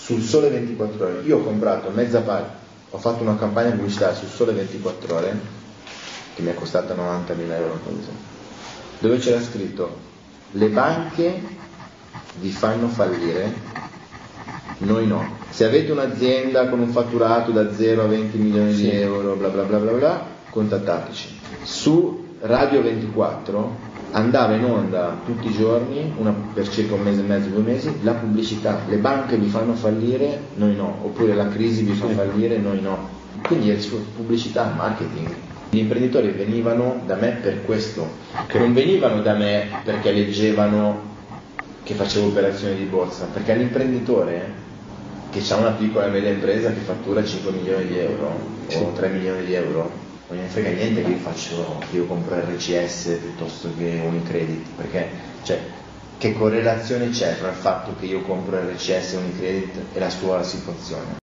sul Sole 24 Ore. Io ho comprato mezza pagina, ho fatto una campagna pubblicitaria sul Sole 24 Ore che mi è costata 90.000 euro, dove c'era scritto: le banche vi fanno fallire, noi no. Se avete un'azienda con un fatturato da 0 a 20 milioni di euro, bla bla bla bla bla, contattateci. Su Radio 24 andava in onda tutti i giorni, per circa un mese e mezzo, 2 mesi, la pubblicità: le banche vi fanno fallire, noi no, oppure la crisi vi fa fallire, noi no. Quindi è pubblicità, marketing. Gli imprenditori venivano da me per questo, non venivano da me perché leggevano che facevo operazioni di borsa, perché l'imprenditore che ha una piccola e media impresa che fattura 5 milioni di euro o 3 milioni di euro, non ne frega niente che io compro RCS piuttosto che Unicredit, perché che correlazione c'è tra il fatto che io compro RCS e Unicredit e la sua situazione?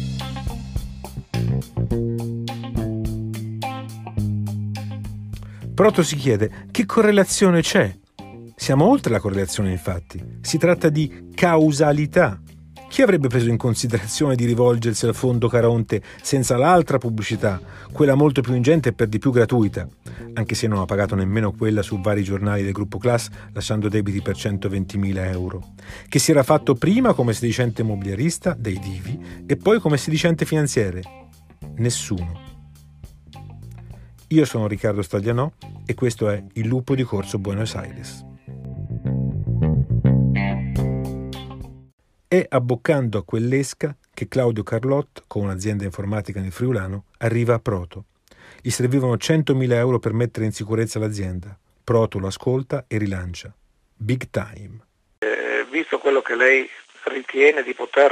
Proto si chiede: che correlazione c'è? Siamo oltre la correlazione, infatti. Si tratta di causalità. Chi avrebbe preso in considerazione di rivolgersi al fondo Caronte senza l'altra pubblicità, quella molto più ingente e per di più gratuita, anche se non ha pagato nemmeno quella su vari giornali del gruppo Class, lasciando debiti per 120.000 euro, che si era fatto prima come sedicente mobiliarista dei divi e poi come sedicente finanziere? Nessuno. Io sono Riccardo Staglianò e questo è Il lupo di Corso Buenos Aires. È abboccando a quell'esca che Claudio Carlot, con un'azienda informatica nel Friulano, arriva a Proto. Gli servivano 100.000 euro per mettere in sicurezza l'azienda. Proto lo ascolta e rilancia. Big time. Visto quello che lei ritiene di poter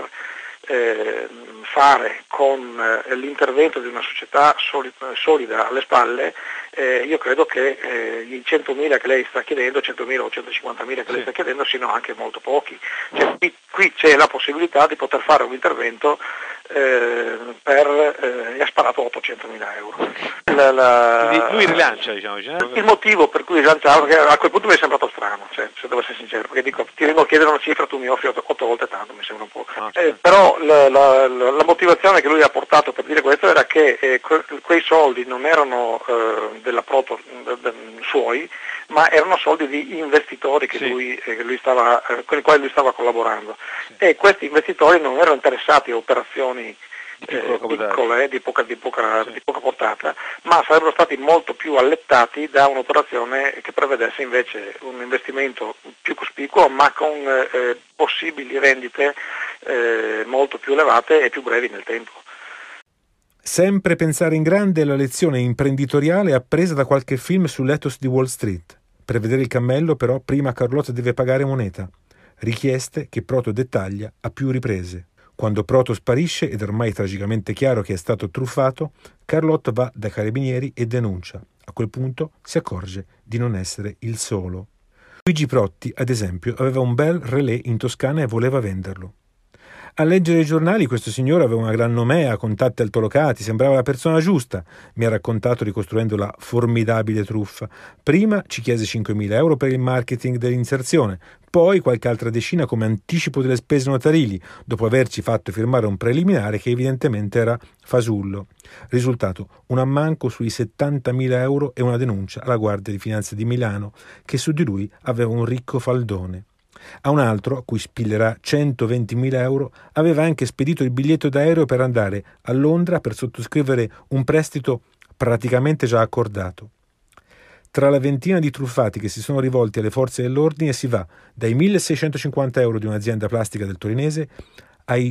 fare con l'intervento di una società solida alle spalle, io credo che i 100.000 che lei sta chiedendo, 100.000 o 150.000 che lei sta chiedendo, siano anche molto pochi. Qui c'è la possibilità di poter fare un intervento gli ha sparato 800.000 euro. Lui rilancia, diciamo. Il motivo per cui rilanciava, perché a quel punto mi è sembrato strano, se devo essere sincero, perché dico, ti vengo a chiedere una cifra, tu mi offri 8 volte tanto, mi sembra un po'. Però la motivazione che lui ha portato per dire questo era che quei soldi non erano della Proto suoi, ma erano soldi di investitori con i quali lui stava collaborando, e questi investitori non erano interessati a operazioni piccole, di poca portata, ma sarebbero stati molto più allettati da un'operazione che prevedesse invece un investimento più cospicuo, ma con possibili rendite molto più elevate e più brevi nel tempo. Sempre pensare in grande è la lezione imprenditoriale appresa da qualche film sull'ethos di Wall Street. Per vedere il cammello, però, prima Carlotta deve pagare moneta. Richieste che Proto dettaglia a più riprese. Quando Proto sparisce ed è ormai tragicamente chiaro che è stato truffato, Carlotta va dai carabinieri e denuncia. A quel punto si accorge di non essere il solo. Luigi Protti, ad esempio, aveva un bel relè in Toscana e voleva venderlo. A leggere i giornali questo signore aveva una gran nomea, contatti altolocati, sembrava la persona giusta, mi ha raccontato ricostruendo la formidabile truffa. Prima ci chiese 5.000 euro per il marketing dell'inserzione, poi qualche altra decina come anticipo delle spese notarili, dopo averci fatto firmare un preliminare che evidentemente era fasullo. Risultato, un ammanco sui 70.000 euro e una denuncia alla Guardia di Finanza di Milano, che su di lui aveva un ricco faldone. A un altro, a cui spillerà 120.000 euro, aveva anche spedito il biglietto d'aereo per andare a Londra per sottoscrivere un prestito praticamente già accordato. Tra la ventina di truffati che si sono rivolti alle forze dell'ordine si va dai 1.650 euro di un'azienda plastica del torinese ai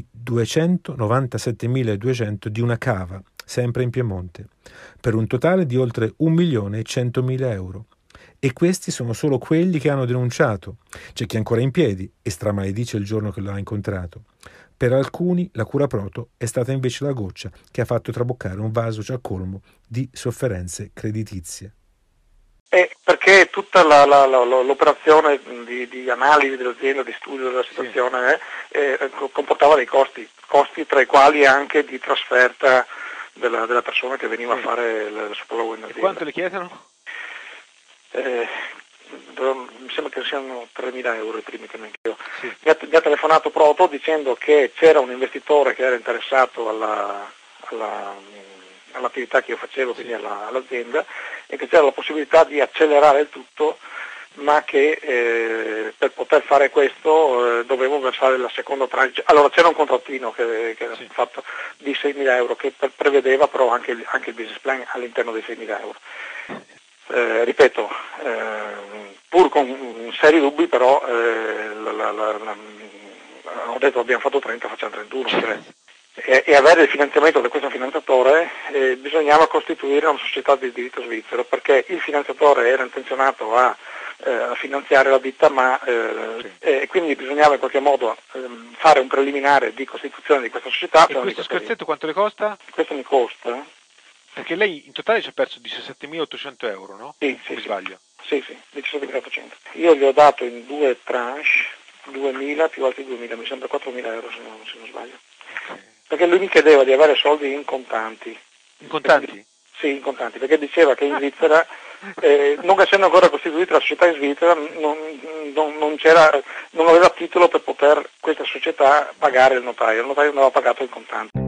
297.200 di una cava, sempre in Piemonte, per un totale di oltre 1.100.000 euro. E questi sono solo quelli che hanno denunciato. C'è chi è ancora in piedi e stramaledice il giorno che l'ha incontrato. Per alcuni la cura Proto è stata invece la goccia che ha fatto traboccare un vaso già colmo di sofferenze creditizie. Perché tutta l'operazione di analisi dell'azienda, di studio della situazione, comportava dei costi tra i quali anche di trasferta della persona che veniva a fare il sopralluogo in azienda. E quanto le chiedono? mi sembra che siano 3.000 euro i primi che mi chiedo. Sì. Mi ha telefonato Proto dicendo che c'era un investitore che era interessato all'attività che io facevo, quindi all'azienda, e che c'era la possibilità di accelerare il tutto, ma che per poter fare questo dovevo versare la seconda tranche. Allora c'era un contrattino che era fatto di 6.000 euro che prevedeva però anche il business plan all'interno dei 6.000 euro. Ripeto, pur con seri dubbi, però ho detto abbiamo fatto 30, facciamo 31, cioè, e avere il finanziamento da questo finanziatore bisognava costituire una società di diritto svizzero, perché il finanziatore era intenzionato a finanziare la ditta, ma quindi bisognava in qualche modo fare un preliminare di costituzione di questa società. E questo scherzetto quanto le costa? Questo mi costa? Perché lei in totale ci ha perso 17.800 euro, no? Sì, mi sbaglio? Sì, 17.800. Io gli ho dato in 2 tranche 2.000 più altri 2.000, mi sembra 4.000 euro se non sbaglio. Okay. Perché lui mi chiedeva di avere soldi in contanti. In contanti? Sì, in contanti, perché diceva che in Svizzera, non essendo ancora costituita la società in Svizzera, non aveva titolo per poter questa società pagare il notaio non aveva pagato in contanti.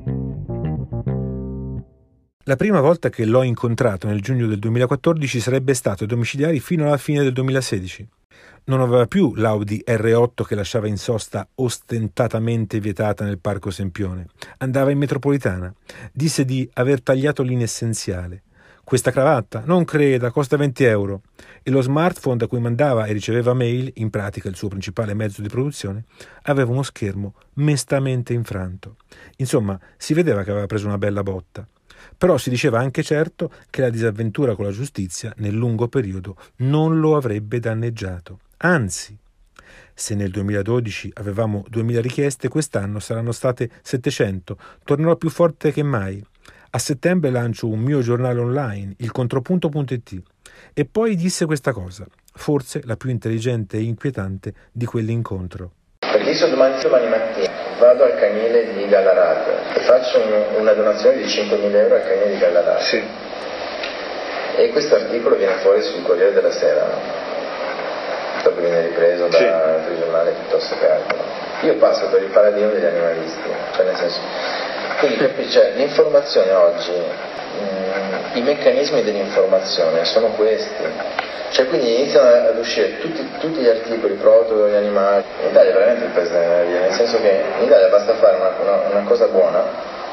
La prima volta che l'ho incontrato nel giugno del 2014 sarebbe stato ai domiciliari fino alla fine del 2016. Non aveva più l'Audi R8 che lasciava in sosta ostentatamente vietata nel Parco Sempione. Andava in metropolitana. Disse di aver tagliato l'inessenziale. Questa cravatta? Non creda, costa 20 euro. E lo smartphone da cui mandava e riceveva mail, in pratica il suo principale mezzo di produzione, aveva uno schermo mestamente infranto. Insomma, si vedeva che aveva preso una bella botta. Però si diceva anche certo che la disavventura con la giustizia nel lungo periodo non lo avrebbe danneggiato. Anzi, se nel 2012 avevamo 2.000 richieste, quest'anno saranno state 700. Tornerò più forte che mai. A settembre lancio un mio giornale online, ilcontropunto.it. E poi disse questa cosa, forse la più intelligente e inquietante di quell'incontro. Perché io domani mattina vado al canile di Gallarate e faccio una donazione di 5.000 euro al canile di Gallarate. Sì. E questo articolo viene fuori sul Corriere della Sera, dopo viene ripreso da altri giornali piuttosto che altro. Io passo per il paladino degli animalisti, cioè nel senso, quindi cioè, l'informazione oggi, i meccanismi dell'informazione sono questi. Cioè quindi iniziano ad uscire tutti gli articoli proto gli animali. In Italia è veramente il paese della via, nel senso che in Italia basta fare una cosa buona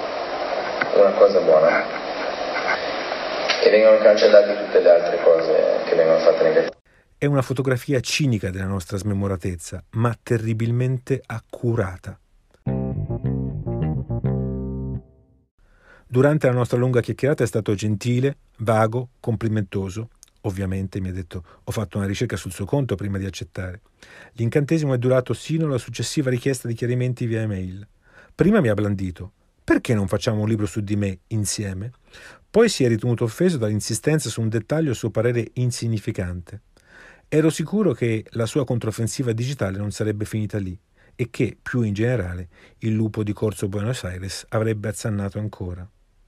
e vengono cancellate tutte le altre cose che vengono fatte negative. È una fotografia cinica della nostra smemoratezza, ma terribilmente accurata. Durante la nostra lunga chiacchierata è stato gentile, vago, complimentoso. Ovviamente, mi ha detto, ho fatto una ricerca sul suo conto prima di accettare. L'incantesimo è durato sino alla successiva richiesta di chiarimenti via email. Prima mi ha blandito. Perché non facciamo un libro su di me insieme? Poi si è ritenuto offeso dall'insistenza su un dettaglio a suo parere insignificante. Ero sicuro che la sua controffensiva digitale non sarebbe finita lì e che, più in generale, il lupo di Corso Buenos Aires avrebbe azzannato ancora.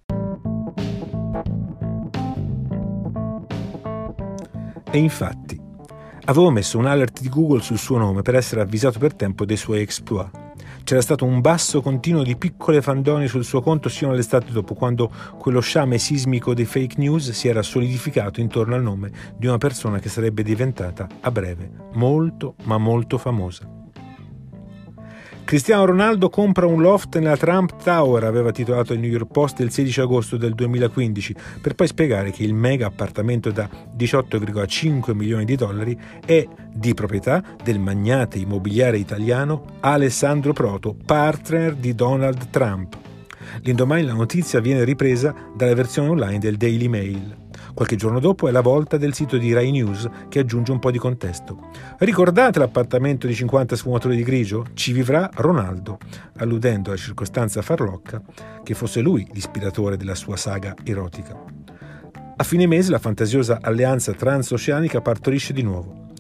E infatti, avevo messo un alert di Google sul suo nome per essere avvisato per tempo dei suoi exploit. C'era stato un basso continuo di piccole fandonie sul suo conto sino all'estate dopo, quando quello sciame sismico dei fake news si era solidificato intorno al nome di una persona che sarebbe diventata, a breve, molto ma molto famosa. Cristiano Ronaldo compra un loft nella Trump Tower, aveva titolato il New York Post il 16 agosto del 2015, per poi spiegare che il mega appartamento da 18,5 milioni di dollari è di proprietà del magnate immobiliare italiano Alessandro Proto, partner di Donald Trump. L'indomani la notizia viene ripresa dalla versione online del Daily Mail. Qualche giorno dopo è la volta del sito di Rai News che aggiunge un po' di contesto. Ricordate l'appartamento di 50 sfumature di grigio? Ci vivrà Ronaldo, alludendo alla circostanza farlocca che fosse lui l'ispiratore della sua saga erotica. A fine mese la fantasiosa alleanza transoceanica partorisce di nuovo.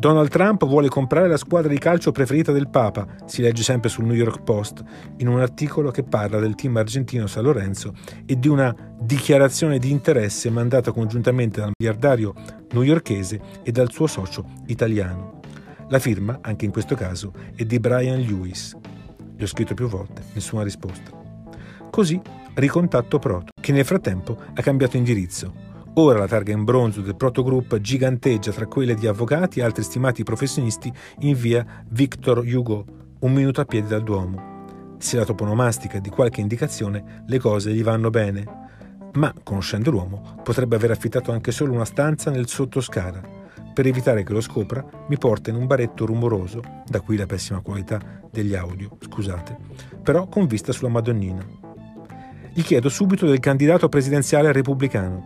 Donald Trump vuole comprare la squadra di calcio preferita del Papa, si legge sempre sul New York Post, in un articolo che parla del team argentino San Lorenzo e di una dichiarazione di interesse mandata congiuntamente dal miliardario newyorkese e dal suo socio italiano. La firma, anche in questo caso, è di Brian Lewis. Gli ho scritto più volte, nessuna risposta. Così ricontatto Proto, che nel frattempo ha cambiato indirizzo. Ora la targa in bronzo del Proto Group giganteggia tra quelle di avvocati e altri stimati professionisti in via Victor Hugo, 1 minuto a piedi dal Duomo. Se la toponomastica è di qualche indicazione, le cose gli vanno bene. Ma, conoscendo l'uomo, potrebbe aver affittato anche solo una stanza nel sottoscala. Per evitare che lo scopra, mi porta in un baretto rumoroso, da qui la pessima qualità degli audio, scusate, però con vista sulla Madonnina. Gli chiedo subito del candidato presidenziale repubblicano.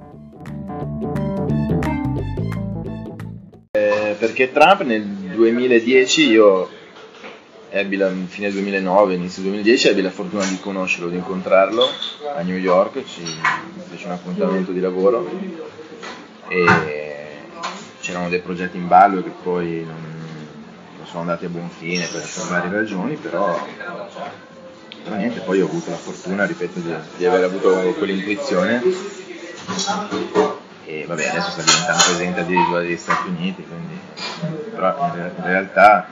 Perché Trump nel 2010, io ebbi fine 2009, inizio 2010, ebbi la fortuna di conoscerlo, di incontrarlo a New York, ci fece un appuntamento di lavoro e c'erano dei progetti in ballo che poi non sono andati a buon fine per varie ragioni, però niente, poi ho avuto la fortuna, ripeto, di aver avuto quell'intuizione. E vabbè, adesso sta diventando presidente addirittura degli Stati Uniti, quindi, però in realtà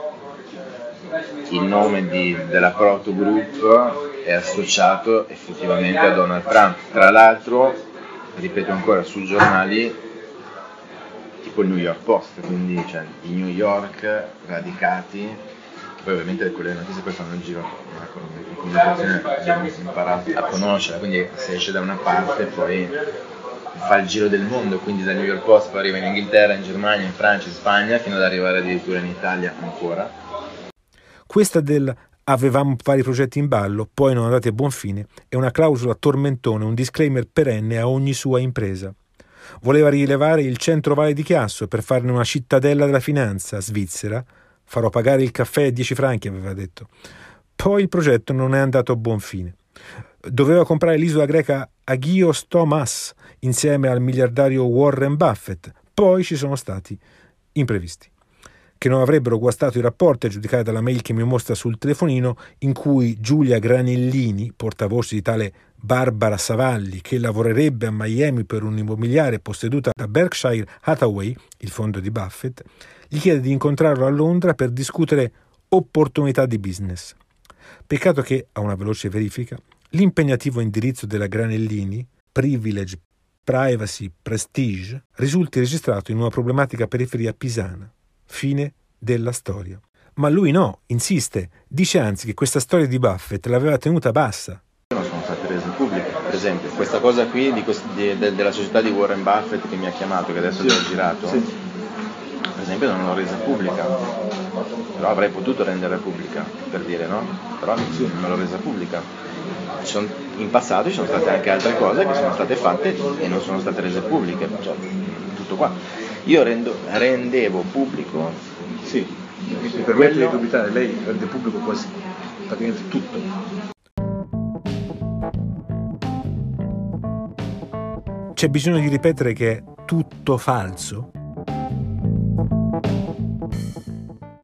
il nome della Proto Group è associato effettivamente a Donald Trump. Tra l'altro, ripeto ancora, sui giornali tipo il New York Post, quindi cioè, i New York radicati, poi ovviamente quelle notizie poi fanno il giro, in comunicazione abbiamo imparato a conoscere, quindi se esce da una parte poi fa il giro del mondo, quindi dal New York Post poi arriva in Inghilterra, in Germania, in Francia, in Spagna, fino ad arrivare addirittura in Italia ancora. Questa del avevamo vari progetti in ballo, poi non andati a buon fine, è una clausola tormentone, un disclaimer perenne a ogni sua impresa. Voleva rilevare il centro Valle di Chiasso per farne una cittadella della finanza svizzera. Farò pagare il caffè a 10 franchi, aveva detto. Poi il progetto non è andato a buon fine. Doveva comprare l'isola greca Agios Thomas insieme al miliardario Warren Buffett. Poi ci sono stati imprevisti che non avrebbero guastato i rapporti, a giudicare dalla mail che mi mostra sul telefonino, in cui Giulia Granellini, portavoce di tale Barbara Savalli, che lavorerebbe a Miami per un immobiliare posseduta da Berkshire Hathaway, il fondo di Buffett, gli chiede di incontrarlo a Londra per discutere opportunità di business. Peccato che, a una veloce verifica, l'impegnativo indirizzo della Granellini, Privilege, Privacy, Prestige, risulti registrato in una problematica periferia pisana. Fine della storia. Ma lui no, insiste, dice anzi che questa storia di Buffett l'aveva tenuta bassa. Non sono state rese pubbliche, per esempio questa cosa qui della società di Warren Buffett che mi ha chiamato, che adesso l'ho girato, per esempio non l'ho resa pubblica, però avrei potuto renderla pubblica, per dire, no? Però non l'ho resa pubblica. In passato ci sono state anche altre cose che sono state fatte e non sono state rese pubbliche, cioè, tutto qua. Io rendevo pubblico. Sì, mi permette di dubitare, lei rende pubblico quasi praticamente tutto. C'è bisogno di ripetere che è tutto falso?